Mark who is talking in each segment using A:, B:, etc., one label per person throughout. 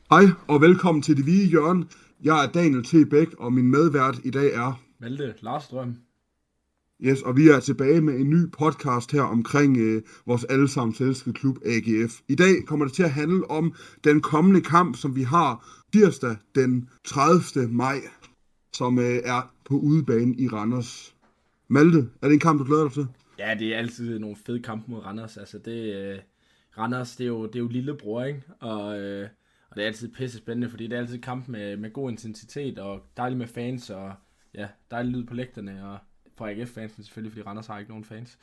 A: Hej og velkommen til Det Hvide Hjørne. Jeg er Daniel T. Bæk, og min medvært i dag er...
B: Malte Larstrøm.
A: Yes, og vi er tilbage med en ny podcast her omkring vores allesammens elskede klub AGF. I dag kommer det til at handle om den kommende kamp, som vi har tirsdag den 30. maj, som er på udebane i Randers. Malte, er det en kamp, du glæder dig til?
B: Ja, det er altid nogle fede kampe mod Randers. Altså Randers, det er jo lillebror, ikke? Og det er altid pisse spændende, fordi det er altid kamp med god intensitet og dejligt med fans og ja, dejlig lyd på lægterne og for AGF-fansen selvfølgelig, fordi Randers har ikke nogen fans.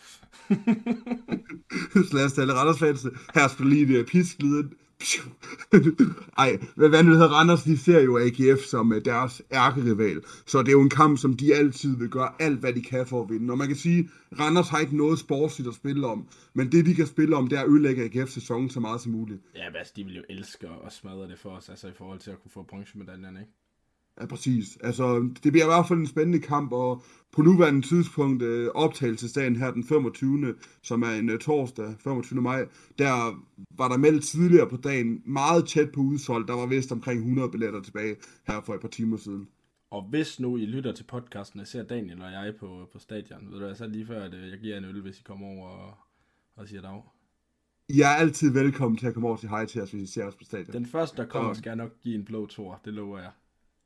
A: Så lad os tale Randers-fans. Her skal lige et piskelyden. Ej, hvad nu hedder Randers, de ser jo AGF som deres ærkerival. Så det er jo en kamp, som de altid vil gøre alt, hvad de kan for at vinde. Og man kan sige, Randers har ikke noget sportsligt at spille om. Men det, de kan spille om, det er at ødelægge AGF-sæsonen så meget som muligt.
B: Ja, men altså, de vil jo elske at smadre det for os, altså i forhold til at kunne få bronzemedaljerne, ikke?
A: Ja, præcis. Altså, det bliver i hvert fald en spændende kamp, og på nuværende tidspunkt optagelsesdagen her den 25., som er en torsdag, 25. maj, der var der meldt tidligere på dagen meget tæt på udsolgt. Der var vist omkring 100 billetter tilbage her for et par timer siden.
B: Og hvis nu I lytter til podcasten og ser Daniel og jeg på stadion, ved du hvad, så lige før, at jeg giver en øl, hvis I kommer over og siger dag.
A: I er altid velkommen til at komme over til hej til os, hvis I ser os på stadion.
B: Den første, der kommer, skal jeg nok give en blå tor, det lover jeg.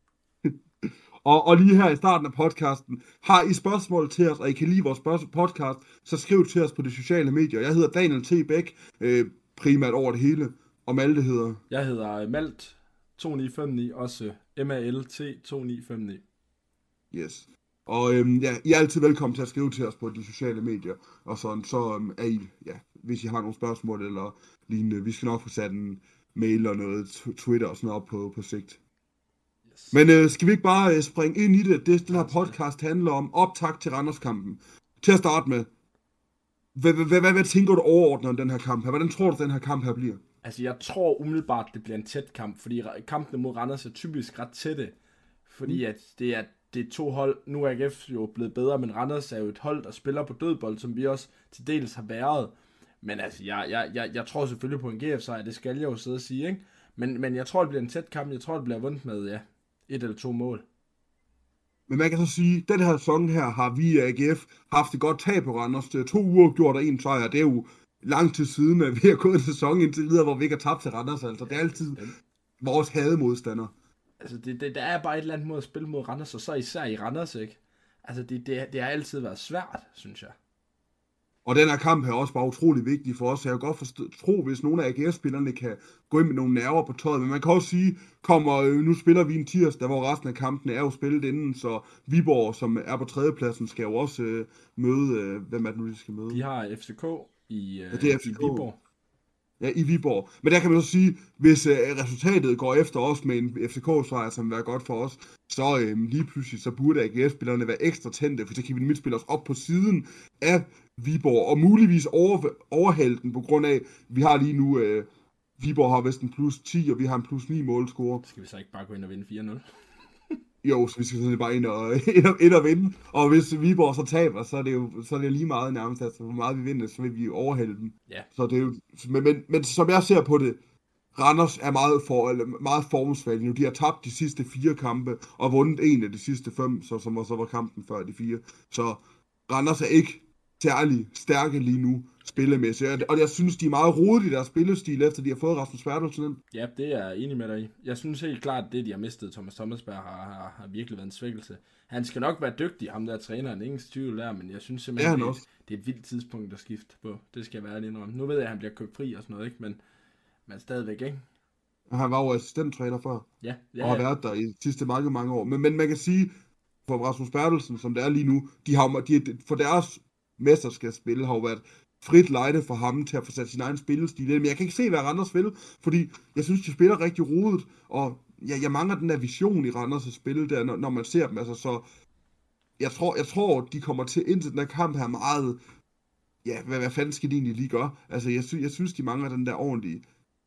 A: Og lige her i starten af podcasten, har I spørgsmål til os, og I kan lide vores podcast, så skriv til os på de sociale medier. Jeg hedder Daniel T. Bæk, primært over det hele, og Malte hedder...
B: Jeg hedder Malt 2959, også MALT 2959.
A: Yes. Og ja, I er altid velkommen til at skrive til os på de sociale medier, og sådan, så er I, ja, hvis I har nogle spørgsmål eller lignende, vi skal nok få sat en mail og noget Twitter og sådan op på sigt.
B: Yes.
A: Men skal vi ikke bare springe ind i det? Den her podcast handler om optakt til Randerskampen. Til at starte med, hvad tænker du overordnet om den her kamp her? Hvordan tror du, den her kamp her bliver?
B: Altså, jeg tror umiddelbart, det bliver en tæt kamp, fordi kampene mod Randers er typisk ret tætte, fordi at det er to hold. Nu er AGF jo blevet bedre, men Randers er jo et hold, der spiller på dødbold, som vi også til dels har været. Men altså, jeg tror selvfølgelig på en GF-sejr, det skal jeg jo sidde og sige, ikke? Men jeg tror, det bliver en tæt kamp. Jeg tror, det bliver vundet med, ja, 1 eller 2 mål.
A: Men man kan så sige, at den her sæson her har vi i AGF haft et godt tab på Randers. 2 uger gjort og 1 sejr. Det er jo lang tid siden, at vi har gået en sæson indtil videre, hvor vi ikke har tabt til Randers. Altså, det er altid vores hademodstander.
B: Altså, der er bare et eller andet måde at spille mod Randers, og så især i Randers, ikke? Altså, det har altid været svært, synes jeg.
A: Og den her kamp er også bare utrolig vigtig for os. Jeg kan godt tro, hvis nogle af AGF-spillerne kan gå ind med nogle nerver på tøjet. Men man kan også sige, nu spiller vi en tirsdag, hvor resten af kampene er jo spillet inden. Så Viborg, som er på tredjepladsen, skal jo også møde... hvem er det nu, de skal møde?
B: De har FCK i
A: Viborg. Ja, i Viborg. Men der kan man så sige, hvis resultatet går efter os med en FCK-sejr, som vil være godt for os, så lige pludselig, så burde AGF-spillerne være ekstra tændte, for så kan vi nemlig spille os op på siden af Viborg, og muligvis overhælde den, på grund af, vi har lige nu, Viborg har vist en plus 10, og vi har en plus 9 målscore.
B: Skal vi så ikke bare gå ind og vinde 4-0?
A: Jo, så vi skal sådan bare ind og vinde. Og hvis Viborg så taber, så er det jo lige meget nærmest, altså hvor meget vi vinder, så vil vi overhælde dem.
B: Ja.
A: Så det er jo, men som jeg ser på det, Randers er meget formsvagt nu. De har tabt de sidste 4 kampe, og vundet en af de sidste 5, som var kampen før de 4. Så Randers er ikke særlig stærke lige nu, spillemæssigt. Og jeg synes, de er meget rodet i deres spillestil, efter de har fået Rasmus Bertelsen ind.
B: Ja, det er jeg enig med dig i. Jeg synes helt klart, at det, de har mistet, Thomas Thomasberg, har virkelig været en svækkelse. Han skal nok være dygtig, ham der træneren, ingen tvivl der, men jeg synes simpelthen, det er et vildt tidspunkt at skifte på. Det skal være lidt om. Nu ved jeg, at han bliver købt fri og sådan noget, ikke? Men stadigvæk, ikke?
A: Han var jo assistenttræner før,
B: ja.
A: Og har været der i de sidste mange år. Men man kan sige, for Rasmus Bertelsen, som det er lige nu, for deres mesterskabsspil har jo været frit lejde for ham til at få sat sin egen spillestil. Men jeg kan ikke se, hvad Randers spiller, fordi jeg synes, de spiller rigtig rodet, og jeg mangler den der vision i Randers' spil der, når man ser dem. Altså, så jeg tror, de kommer til ind til den der kamp her meget... Ja, hvad fanden skal de egentlig lige gøre? Altså, jeg synes, de mangler den der ordentlige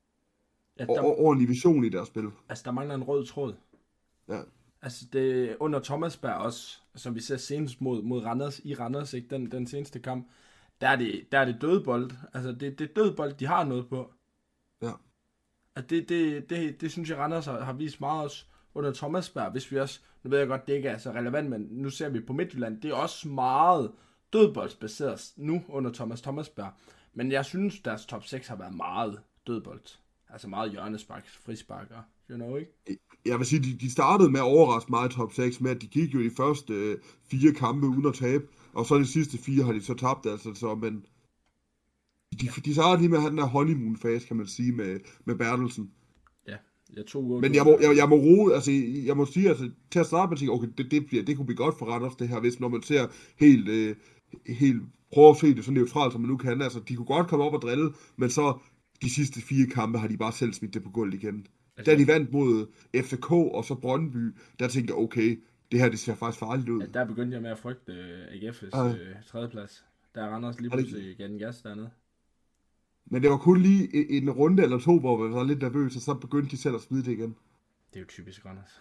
A: vision i deres spil.
B: Altså, der mangler en rød tråd.
A: Ja.
B: Altså, det under Thomasberg også, som vi ser senest mod Randers, i Randers, ikke? Den seneste kamp, der er det dødbold. Altså, det er dødbold, de har noget på.
A: Ja.
B: At det synes jeg, Randers har vist meget også under Thomasberg, hvis vi også, nu ved jeg godt, det ikke er så relevant, men nu ser vi på Midtjylland, det er også meget dødboldsbaseret nu under Thomasberg. Men jeg synes, deres top 6 har været meget dødbold. Altså meget hjørnespark, frispark og, ikke?
A: Jeg vil sige, de startede med at overraske meget i top 6, med at de gik jo i de første 4 kampe uden at tabe, og så de sidste 4 har de så tabt, altså så, men de startede lige med at have den der honeymoon-fase, kan man sige, med Bertelsen.
B: Ja, jeg tog.
A: Men jeg må roe, altså jeg må sige, altså til at starte med at tænke, okay, det kunne blive godt for Randers det her, hvis når man ser helt prøver at se det så neutralt, som man nu kan. Altså, de kunne godt komme op og drille, men så de sidste 4 kampe har de bare selv smidt det på gulvet igen. Da de vandt mod FCK og så Brøndby, der tænkte jeg, okay, det her det ser faktisk farligt ud.
B: Ja, der begyndte jeg med at frygte AGF's tredjeplads. Der er Randers lige pludselig igen gas dernede.
A: Men det var kun lige en runde eller 2, hvor vi var lidt nervøse, og så begyndte de selv at smide det igen.
B: Det er jo typisk Randers.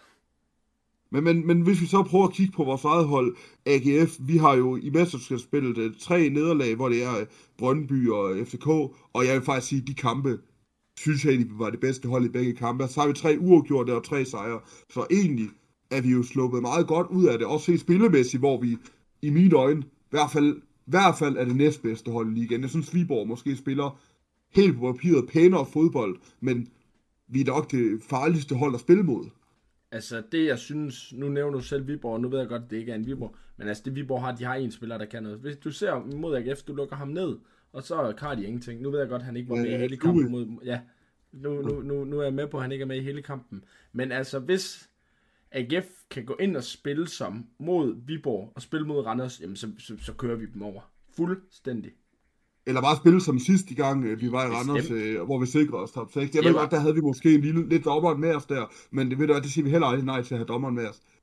A: Men hvis vi så prøver at kigge på vores eget hold, AGF, vi har jo i mesterskabsspillet 3 nederlag, hvor det er Brøndby og FCK, og jeg vil faktisk sige, at de kampe, synes jeg egentlig var det bedste hold i begge kampe. Så har vi 3 uafgjorte og 3 sejre, så egentlig er vi jo sluppet meget godt ud af det, også set spillemæssigt, hvor vi i mine øjne, i hvert fald er det næstbedste hold i ligaen. Jeg synes, Viborg måske spiller helt på papiret pænere fodbold, men vi er nok det farligste hold at spille mod.
B: Altså det jeg synes, nu nævner du selv Viborg, nu ved jeg godt, at det ikke er en Viborg, men altså det Viborg har, de har en spiller, der kan noget. Hvis du ser mod AGF, du lukker ham ned, og så kan de ingenting. Nu ved jeg godt, at han ikke var med i hele kampen mod... Ja, nu er jeg med på, at han ikke er med i hele kampen. Men altså hvis AGF kan gå ind og spille som mod Viborg, og spille mod Randers, jamen så kører vi dem over. Fuldstændig.
A: Eller bare spille som sidste gang, vi var i Randers, hvor vi sikrede os top 6. Jeg ved godt, der havde vi måske lidt dommeren med os der, men det siger vi heller aldrig nej til at have dommeren med os.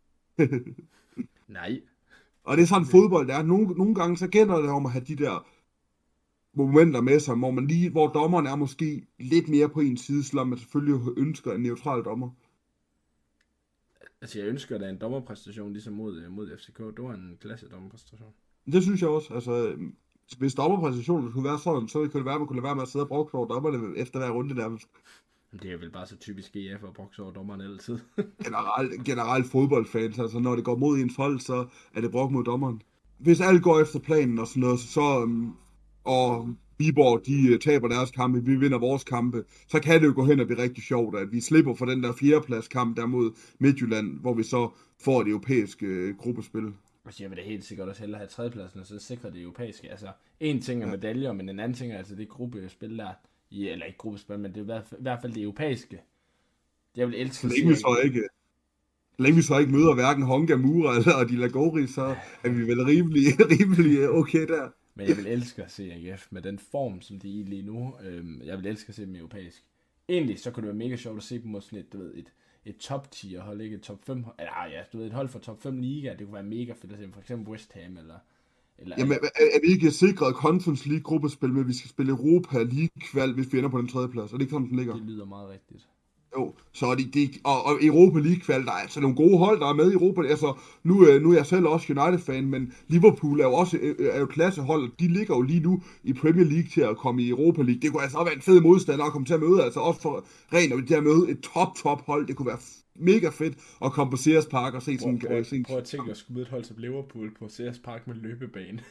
B: Nej.
A: Og det er sådan fodbold, der er. Nogle gange så gælder det om at have de der momenter med sig, hvor dommeren er måske lidt mere på en side, selvom man selvfølgelig ønsker en neutral dommer.
B: Altså jeg ønsker da en dommerpræstation ligesom mod FCK. Det var en klasse dommerpræstation.
A: Det synes jeg også. Altså hvis dommerpræsentationen skulle være sådan, så kunne det være, at man kunne lade være med at sidde og brokse over dommerne efter hver runde nærmest.
B: Det er vel bare så typisk EF at brokse over dommerne altid.
A: generelt fodboldfans, altså når det går mod ens hold, så er det brok mod dommeren. Hvis alt går efter planen og sådan noget, så og Viborg, de taber deres kampe, vi vinder vores kampe, så kan det jo gå hen og blive rigtig sjovt, at vi slipper for den der 4. kamp der mod Midtjylland, hvor vi så får det europæiske gruppespil.
B: Altså jeg vil da helt sikkert også hellere have 3. pladsen, og så sikre det europæiske. Altså en ting er medaljer, men en anden ting er altså det gruppespil der, eller ikke gruppespil, men det er i hvert fald det europæiske. Jeg vil elske at
A: se. Længe vi så ikke møder hverken Honga Mura eller de Lagori, så er vi vel rimelig okay der.
B: Men jeg vil elske at se AGF med den form, som de er i lige nu. Jeg vil elske at se dem europæisk. Egentlig så kunne det være mega sjovt at se dem mod sådan et top 10 hold, ikke et top 5 hold. Ja, et hold for top 5 liga, det kunne være mega fedt at se, for eksempel West Ham eller
A: jamen, er vi ikke sikret Conference League gruppespil med, at vi skal spille Europa League-kval, hvis vi ender på den 3. plads? Er det ikke sådan, den ligger?
B: Det lyder meget rigtigt.
A: Jo, så er og Europa League-kval, der er altså nogle gode hold, der er med i Europa. Altså, nu er jeg selv også United-fan, men Liverpool er jo også klassehold, og de ligger jo lige nu i Premier League til at komme i Europa League. Det kunne altså være en fed modstander at komme til at møde, altså også for rent til at møde et top hold. Det kunne være mega fedt at komme på Sears Park og se sådan en...
B: Prøv at tænke at skulle møde et hold som Liverpool på Sears Park med løbebane.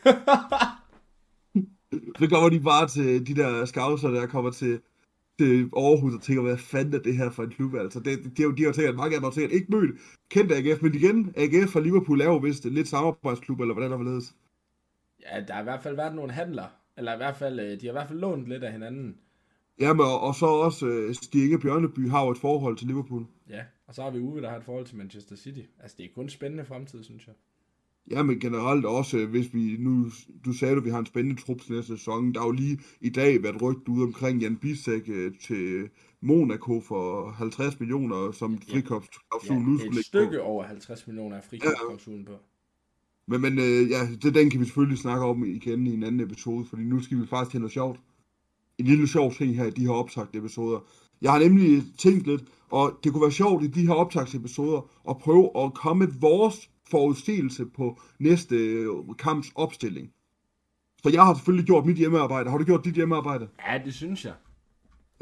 A: Så kommer de bare til de der scouser, der kommer til Aarhus og tænker, hvad fanden er det her for en klub? Altså, de har jo tænkt, at mange af dem har sikkert ikke mødt kendt AGF, men igen, AGF og Liverpool er jo vist lidt samarbejdsklub, eller hvordan der vil ledes.
B: Ja, der har i hvert fald været nogle handler, eller i hvert fald, de har i hvert fald lånt lidt af hinanden.
A: Jamen, og så også Stig Bjørneby har jo et forhold til Liverpool.
B: Ja, og så har vi Uwe, der har et forhold til Manchester City. Altså, det er kun spændende fremtid, synes jeg.
A: Ja, men generelt også, hvis vi nu, du sagde, at vi har en spændende trup til næste sæson. Der er jo lige i dag været rygtet ud omkring Jan Bissek til Monaco for 50 millioner som frikøbsklausul.
B: Ja, et stykke over 50 millioner er frikøbsklausulen på.
A: Men den kan vi selvfølgelig snakke om igen i en anden episode, fordi nu skal vi faktisk til noget sjovt. En lille sjov ting her i de her optagsepisoder. Jeg har nemlig tænkt lidt, og det kunne være sjovt i de her optagsepisoder at prøve at komme med vores forudsigelse på næste kamps opstilling. Så jeg har selvfølgelig gjort mit hjemmearbejde. Har du gjort dit hjemmearbejde?
B: Ja, det synes jeg.
A: Ja,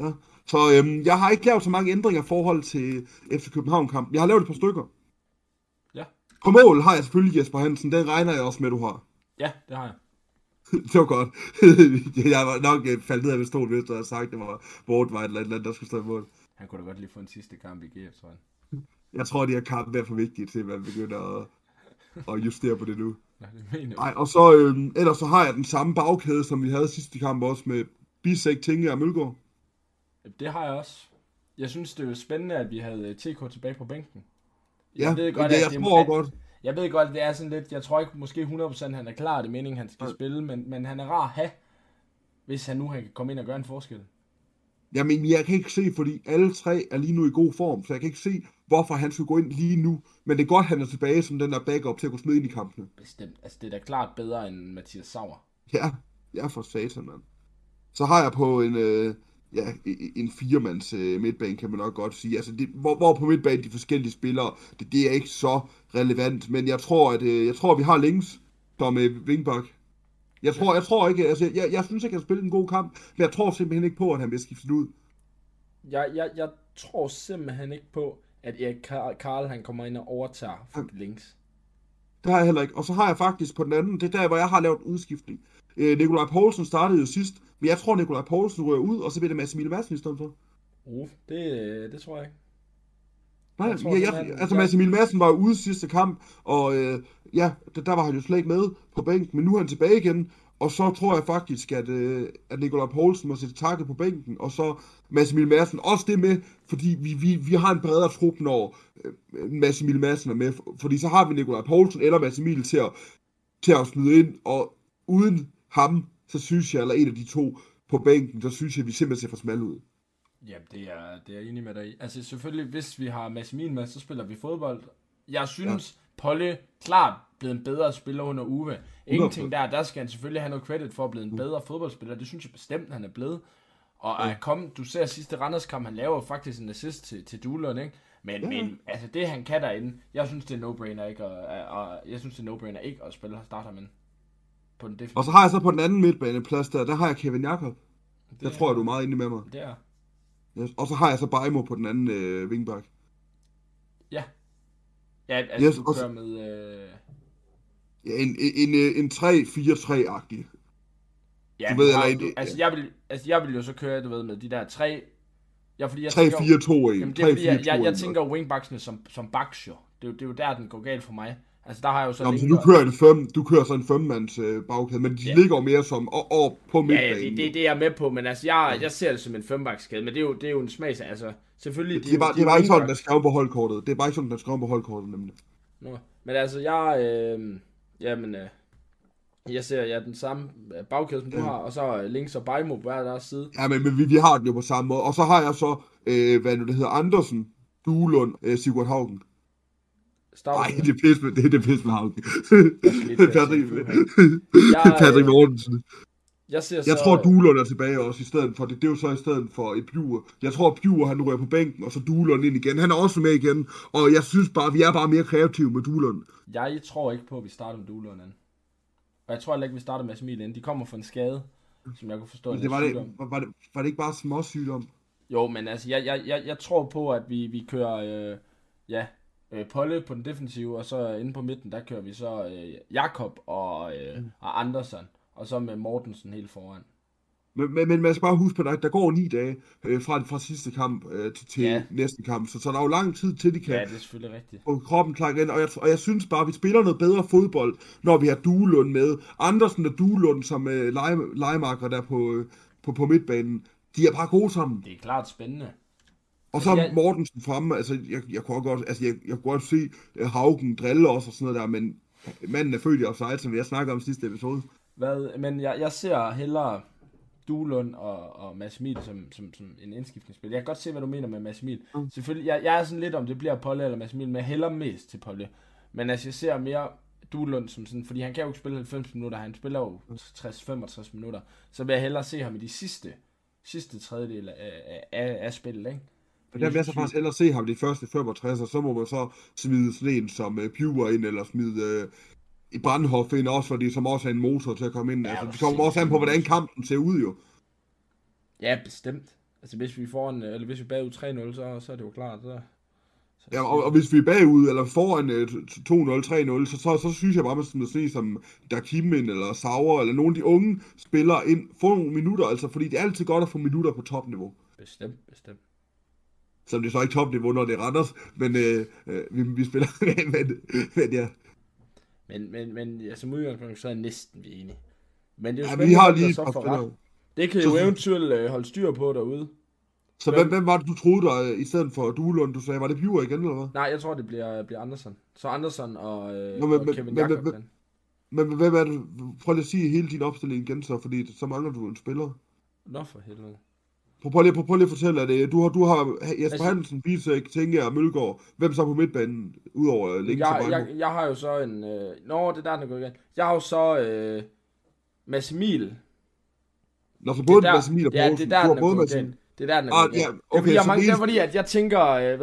A: Så jeg har ikke lavet så mange ændringer i forhold til FC København-kampen. Jeg har lavet et par stykker.
B: Ja.
A: På mål har jeg selvfølgelig Jesper Hansen. Den regner jeg også med, du har.
B: Ja, det har jeg.
A: Det var godt. Jeg var nok faldet ned af min stol, hvis du havde sagt, det var Bortvej eller et eller andet, der skulle stå i mål.
B: Han kunne da godt lige få en sidste kamp i GF, tror jeg.
A: Jeg tror, de her kampe er for vigtige til, at man begynder at justere på det nu.
B: Nej, det mener jeg.
A: Nej, og så ellers så har jeg den samme bagkæde, som vi havde sidste kamp også med Bisek, Tinge og Mølgaard.
B: Det har jeg også. Jeg synes, det er jo spændende, at vi havde TK tilbage på bænken.
A: Ja, jeg tror godt.
B: Jeg ved godt, at det er sådan lidt, jeg tror ikke måske 100% han er klar, det meningen, han skal spille, men han er rar at have, hvis han nu kan komme ind og gøre en forskel.
A: Jamen, jeg kan ikke se, fordi alle tre er lige nu i god form, så jeg kan ikke se, hvorfor han skulle gå ind lige nu. Men det er godt, han er tilbage som den der backup til at kunne smide ind i kampene.
B: Bestemt. Altså, det er da klart bedre end Mathias Sauer.
A: Ja, for satan, mand. Så har jeg på en firemands midtbane, kan man nok godt sige. Altså, hvor på midtbanen de forskellige spillere, det er ikke så relevant. Men jeg tror, at vi har Links som vingbak. Jeg tror ikke, altså, jeg synes ikke, at han spiller en god kamp, men jeg tror simpelthen ikke på, at han bliver skiftet ud.
B: Jeg tror simpelthen ikke på, at Erik Karl, han kommer ind og overtager for Links.
A: Det har jeg heller ikke. Og så har jeg faktisk på den anden, det er der, hvor jeg har lavet udskiftning. Nikolaj Poulsen startede jo sidst, men jeg tror, Nikolaj Poulsen rører ud, og så bliver det Mads Emil Madsen i stedet for.
B: Det tror jeg ikke.
A: Nej, Mads Emil Madsen var jo ude sidste kamp, og der var han jo slet ikke med på bænken, men nu er han tilbage igen, og så tror jeg faktisk, at Nikolaj Poulsen må sætte takket på bænken, og så Mads Emil Madsen også det med, fordi vi har en bredere trup, når Mads Emil Madsen er med, fordi så har vi Nikolaj Poulsen eller Mads Emil til at smide ind, og uden ham, så synes jeg, eller en af de to på bænken, så synes jeg, at vi simpelthen ser for smal ud.
B: Ja, det er jeg enig med dig i. Altså selvfølgelig, hvis vi har Mads Emil med, så spiller vi fodbold. Jeg synes, Polly klart blevet en bedre spiller under Uwe. Ingenting der skal han selvfølgelig have noget credit for at blive en bedre fodboldspiller. Det synes jeg bestemt, han er blevet. Og du ser sidste Randers-kamp, han laver faktisk en assist til Duelund, ikke? Men altså det han kan derinde, jeg synes det er no-brainer ikke, og jeg synes det er no-brainer ikke at spille starter med på den defensive.
A: Og så har jeg så på den anden midtbaneplads der har jeg Kevin Jakob. Der tror jeg, du er meget inde med mig.
B: Det er.
A: Yes. Og så har jeg så Bajmo på den anden wingback.
B: Ja. Ja, altså yes, du kører med...
A: en 3-4-3-agtig.
B: Ja, du ved, jeg vil jo så køre, du ved, med de der 3... Ja, fordi jeg
A: 3-4-2-1.
B: Jamen, det er fordi, jeg tænker jo wingbacksene som backs jo. Det er jo der, den går galt for mig. Altså, der har jeg jo så...
A: Jamen, så du kører så en 5-mands bagkæde, men de ligger jo mere som på midtbanen.
B: Ja, det er jeg med på, men altså, jeg ser det som en 5-backskæde, men det er jo en smags, altså, selvfølgelig...
A: Det er bare ikke sådan, der skrev på holdkortet. Det er bare ikke sådan, der skrev på holdkortet, nemlig.
B: Nå, men altså, jeg ser den samme bagkæde, som du har, og så Links og Bajmo på hver deres side.
A: Ja, men vi har den jo på samme måde. Og så har jeg så, hvad nu det hedder, Andersen, Duelund, Sigurd Haugen. Nej, det er pisse med Haugen. Patrick Mortensen. Jeg tror, Duelund er tilbage også, i stedet for, det er jo så i stedet for et Bjur. Jeg tror, Bjur han rører på bænken, og så Duelund ind igen. Han er også med igen, og jeg synes bare, vi er bare mere kreative med Duelund.
B: Jeg tror ikke på, at vi starter med Duelund anden. Og jeg tror heller ikke, vi starter med Asmil ind. De kommer fra en skade, som jeg kunne forstå.
A: Var det ikke bare småsygdom?
B: Jo, men altså, jeg tror på, at vi kører, Polle på den defensive, og så inde på midten, der kører vi så Jakob og Andersen, og så med Mortensen helt foran.
A: Men man skal bare huske på, at der går 9 dage fra sidste kamp til næste kamp, så der er jo lang tid til, de kan
B: det er selvfølgelig rigtigt.
A: få kroppen klar igen, og jeg synes bare, at vi spiller noget bedre fodbold, når vi har Duelund med. Andersen og Duelund som legemarker der på midtbanen, de er bare gode sammen.
B: Det er klart spændende.
A: Og så Mortensen fremme, altså jeg kunne godt se Haugen drille også og sådan noget der, men manden er født i offside, som jeg snakker om sidste episode.
B: Men jeg ser hellere Duelund og Mads Emil som en indskiftningsspil. Jeg kan godt se, hvad du mener med Mads Emil. Selvfølgelig, jeg er sådan lidt om det bliver Polle eller Mads Emil, men jeg hælder mest til Polle. Men altså, jeg ser mere Duelund som sådan, fordi han kan jo ikke spille 90 minutter, han spiller jo 60-65 minutter, så vil jeg hellere se ham i de sidste tredjedel af spillet, ikke?
A: Og der vil jeg så faktisk hellere se ham de første 65, og så må man så smide sådan en som Pure ind, eller smide i Brandhoff ind også, fordi som også er en motor til at komme ind. Ja, altså, det kommer også an på, hvordan kampen ser ud jo.
B: Ja, bestemt. Altså hvis vi får eller hvis vi bagud 3-0, så er det jo klart,
A: Ja, og hvis vi er bagud, eller foran 2-0, 3-0, så synes jeg bare, man skal se som Dakimin eller Sauer, eller nogle af de unge spillere ind, få nogle minutter, altså, fordi det er altid godt at få minutter på topniveau.
B: Bestemt.
A: Som det er så ikke topniveau, når det er Randers, men vi spiller, men ja.
B: Men ja, som udgangspunkt, så er jeg næsten enig. Men det er jo
A: Ja, vi har lige
B: så får ret. Det kan jo eventuelt holde styr på derude.
A: Så hvem var det, du troede der, i stedet for Duelund, du sagde? Var det Bjur igen, eller hvad?
B: Nej, jeg tror, det bliver Andersen. Så Andersen og Kevin Jacobsen.
A: Men hvem er det? Prøv lige at sige hele din opstilling igen, så så mangler du en spiller.
B: Nå for helvede.
A: Prøv lige at fortælle, at du har Jesper Hansen, Bisek, Tinge og Mølgaard. Hvem så på midtbanen, udover Linke
B: jeg har jo så en... det er der går igen. Jeg har jo så Mads Emil.
A: Nå, så både Mads Emil og Poulsen.
B: Det er der, den går igen. Det er der, den går igen. Det er fordi, at jeg tænker...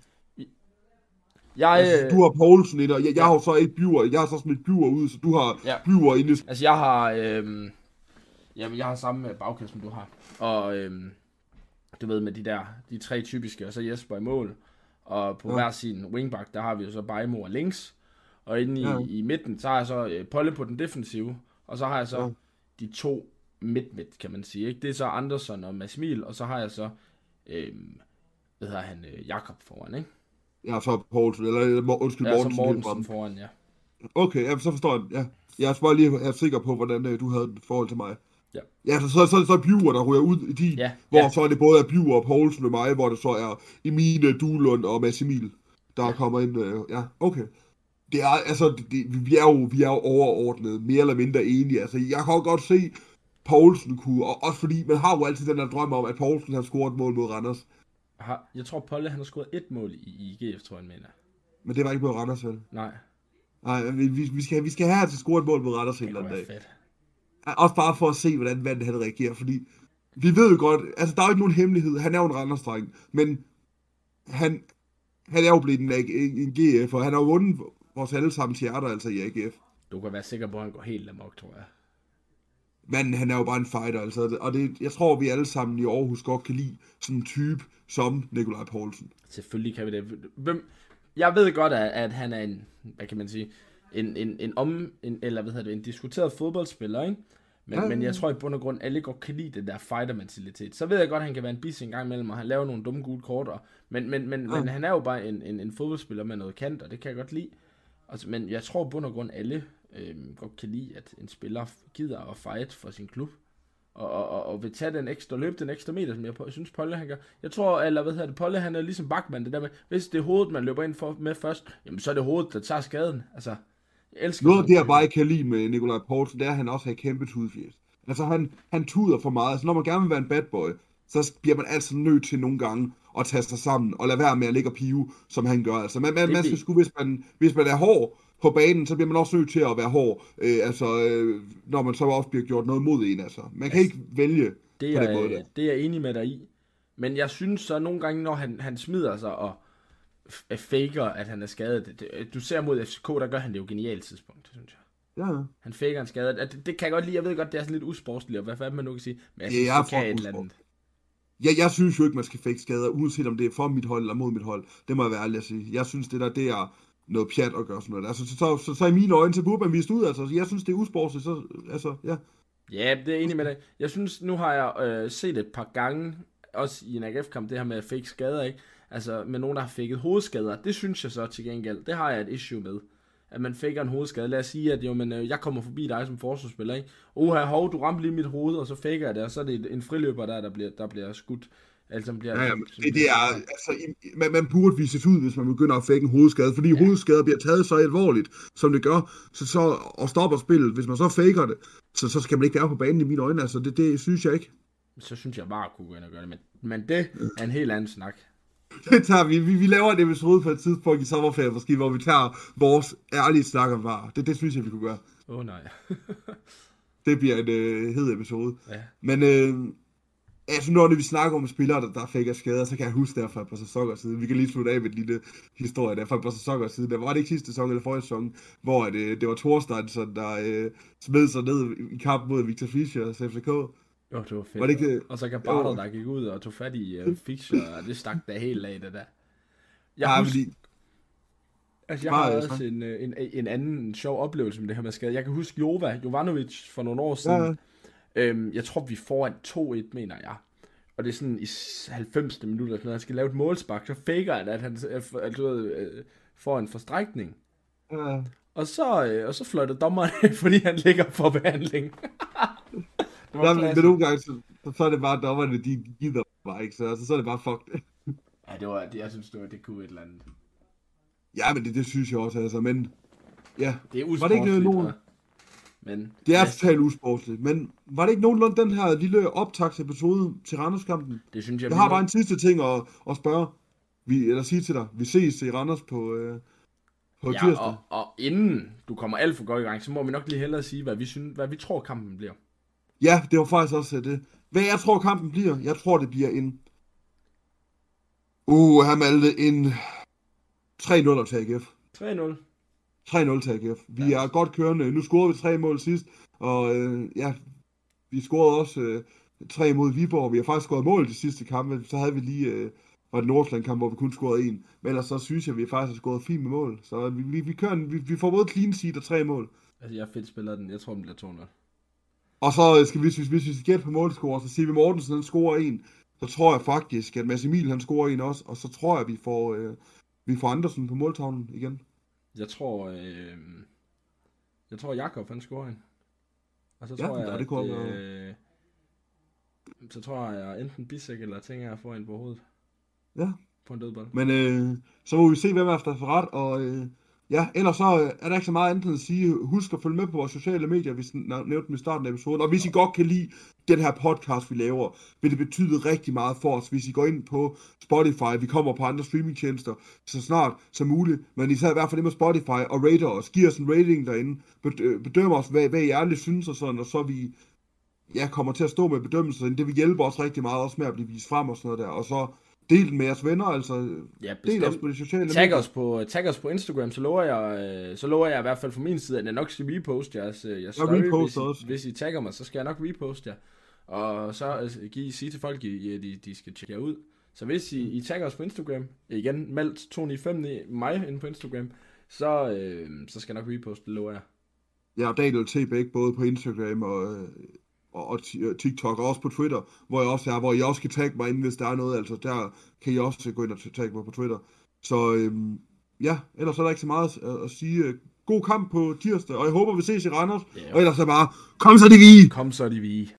A: du har Poulsen ind, og jeg har jo så ikke Bjur. Jeg har så smidt Bjur ud, så du har Bjur inde.
B: Altså, jeg har... jeg har samme bagkast, som du har. Og... du ved, med de tre typiske, og så Jesper i mål. Og på hver sin wingback, der har vi jo så Bajmo og links. Og inde i midten, så har jeg så Polle på den defensive. Og så har jeg så de to midt, kan man sige. Ikke? Det er så Andersen og Mads Emil, og så har jeg så, Jakob foran, ikke?
A: Ja, så Poulsen, eller undskyld,
B: Mortensen foran, ja.
A: Okay, ja, så forstår jeg, ja. Jeg er bare lige sikker på, hvordan du havde et forhold til mig.
B: Ja,
A: så er Bjur, der ryger ud i din, hvor så er det både af Bjur og Poulsen og mig, hvor det så er Emine, Duelund og Mads Emil, der kommer ind. Okay. Det er, altså, vi er jo overordnet, mere eller mindre enige. Altså, jeg kan godt se, Poulsen kunne, og også fordi man har jo altid den der drøm om, at Poulsen har scoret et mål mod Randers.
B: Jeg tror, Polle han har scoret 1 mål i GF, tror jeg, mener.
A: Men det var ikke mod Randers, vel?
B: Nej,
A: vi skal have til scoret et mål mod Randers en eller anden dag.
B: Fedt.
A: Også bare for at se, hvordan vandet han reagerer, fordi vi ved jo godt, altså der er jo ikke nogen hemmelighed, han er jo en Randers-dreng, men han er jo blevet en GF, og han har jo vundet vores allesammens hjerter, altså i AGF.
B: Du kan være sikker på, at han går helt amok, tror jeg.
A: Men han er jo bare en fighter, altså, og jeg tror, vi alle sammen i Aarhus godt kan lide sådan en type som Nikolaj Poulsen.
B: Selvfølgelig kan vi det. Jeg ved godt, at han er en, hvad kan man sige, en diskuteret fodboldspiller, ikke? Men jeg tror i bund og grund, alle godt kan lide den der fighter-mentalitet. Så ved jeg godt, at han kan være en bis en gang imellem, og han laver nogle dumme gule kort. Men han er jo bare en fodboldspiller med noget kant, og det kan jeg godt lide. Altså, men jeg tror i bund og grund, alle godt kan lide, at en spiller gider at fight for sin klub. Og vil tage løbe den ekstra meter, som jeg synes, Polle han gør. Jeg tror, Polle han er ligesom Bachmann, det der med, hvis det er hovedet, man løber ind med først, jamen så er det hovedet, der tager skaden. Altså, jeg elsker
A: noget af det, jeg bare ikke kan lide med Nikolaj Poulsen, det er, at han også har kæmpe tudfjes. Altså, han tuder for meget. Altså, når man gerne vil være en bad boy, så bliver man altid nødt til nogle gange at tage sig sammen, og lade være med at ligge og pive, som han gør. Altså, man skal sgu, hvis man er hård på banen, så bliver man også nødt til at være hård, når man så også bliver gjort noget mod en. Altså. Man kan ikke vælge
B: det på den måde der. Det er jeg enig med dig i. Men jeg synes så nogle gange, når han smider sig og faker, at han er skadet. Du ser mod FCK, der gør han det jo genialt tidspunkt, synes jeg.
A: Ja.
B: Han faker en skade. Det kan jeg godt lide. Jeg ved godt, det er sådan lidt usportsligt, og hvad man nu kan sige. Men jeg synes,
A: det
B: kan et eller andet.
A: Ja, jeg synes jo ikke, man skal fake skader, uanset om det er for mit hold eller mod mit hold. Det må jeg være ærlig at sige. Jeg synes, det er noget pjat at gøre sådan noget. Altså, så i mine øjne, så burde man vise ud. Altså, jeg synes, det er usportsligt. Så, altså, ja.
B: Ja, det er enig med dig. Jeg synes, nu har jeg set et par gange, også i en AGF-kamp, det her med fake skader, ikke? Altså, med nogen, der har faked hovedskader. Det synes jeg så til gengæld. Det har jeg et issue med. At man faker en hovedskade. Lad os sige, at jeg kommer forbi dig som forsvarsspiller, ikke? Du ramte lige mit hoved, og så faker jeg det, og så er det en friløber, der bliver skudt. Altså, det
A: er, altså, man burde vise ud, hvis man begynder at fake en hovedskade, fordi hovedskader bliver taget så alvorligt, som det gør, så og stopper spillet. Hvis man så faker det, så skal man ikke være på banen i mine øjne, altså det synes jeg ikke.
B: Så synes jeg bare, at kunne gå ind og gøre det, men det er en helt anden snak.
A: Det tager vi. Vi laver en episode på et tidspunkt i sommerferien, måske, hvor vi tager vores ærlige snak om VAR. Det synes jeg, vi kunne gøre.
B: Nej.
A: Det bliver en hed episode.
B: Ja.
A: Men altså, når vi snakker om spillere, der faker skader, så kan jeg huske derfor et par sæsoner siden. Vi kan lige slutte af med en lille historie der. For et par sæsoner siden, der var det ikke sidste sæson eller forrige sæson, hvor det var Thorsteinsson, der smed sig ned i kamp mod Victor Fischer og FCK.
B: Jo, det var fedt.
A: Var det ikke,
B: og så kan Barter, der gik ud og tog fat i Fischer, og det stak der helt af, det der. Jeg husker, altså jeg har også en anden sjov oplevelse med det her med skade. Jeg kan huske Jovanovic for nogle år siden. Ja. Jeg tror, vi foran 2-1, mener jeg. Og det er sådan i 90. minutter, når han skal lave et målspark, så faker han, at han får en forstrækning.
A: Ja.
B: Og så fløjter dommeren, fordi han ligger for behandling.
A: Ja, men nogle gange, så er det bare dommerne, de gider bare ikke, så er det bare fuck det.
B: Ja, jeg synes, det kunne et eller andet.
A: Ja, men det synes jeg også, altså, men ja.
B: Det er usportsligt, men
A: det er totalt usportsligt, men var det ikke nogenlunde den her lille optagsepisode til Randers-kampen?
B: Det synes jeg.
A: Jeg har bare en sidste ting at spørge, eller sige til dig. Vi ses i Randers på tirsdag.
B: Og inden du kommer alt for godt i gang, så må vi nok lige hellere sige, hvad vi tror kampen bliver.
A: Ja, det var faktisk også det. Hvad jeg tror kampen bliver? Jeg tror det bliver en Malte, en 3-0 til AGF.
B: 3-0.
A: 3-0 til AGF. Vi er godt kørende. Nu scorede vi 3 mål sidst, og vi scorede også 3 mod Viborg. Vi har faktisk scoret mål de sidste kampe. Så havde vi lige var det Nordsjælland-kamp, hvor vi kun scorede 1. Men ellers så synes jeg, at vi faktisk har scoret fint med mål. Så vi kører vi får både clean sheet og 3 mål.
B: Altså jeg fedt spiller den. Jeg tror, den bliver 200.
A: Og så skal hvis vi skal gætte på målscore, så siger vi Mortensen, han scorer 1. Så tror jeg faktisk, at Mads Emil, han scorer 1 også. Og så tror jeg, at vi får Andersen på måltavlen igen.
B: Jeg tror Jakob, han scorer 1. Og så tror jeg, så tror jeg enten Bissek eller Tinger, jeg får en på hovedet.
A: Ja.
B: På en dødbold.
A: Men så må vi se, hvem er efter for ret. Og ellers så er der ikke så meget andet at sige. Husk at følge med på vores sociale medier, hvis I nævnte dem i starten af episoden. Og hvis I godt kan lide den her podcast, vi laver, vil det betyde rigtig meget for os, hvis I går ind på Spotify. Vi kommer på andre streamingtjenester så snart som muligt. Men især i hvert fald det med Spotify og rater os. Giv os en rating derinde. Bedøm os, hvad I ærligt synes og sådan. Og så vi kommer til at stå med bedømmelser. Det vil hjælpe os rigtig meget også med at blive vist frem og sådan noget der. Og så del den med jeres venner, altså del os på de sociale medier.
B: Tag os på Instagram, så lover jeg i hvert fald fra min side, at jeg nok skal reposte jeres story. Hvis I tagger mig, så skal jeg nok reposte jer. Og så sige til folk, at de skal tjekke jer ud. Så hvis I tagger os på Instagram, igen meldt 295 mig inde på Instagram, så skal jeg nok reposte, det lover jeg.
A: Ja, og Daniel T. Bæk, både på Instagram og TikTok, og også på Twitter, hvor jeg også er, hvor I også kan tagge mig ind, hvis der er noget, altså der kan I også gå ind og tagge mig på Twitter. Så ellers er der ikke så meget at sige. God kamp på tirsdag, og jeg håber, vi ses i Randers, og ellers er bare, kom så de vi!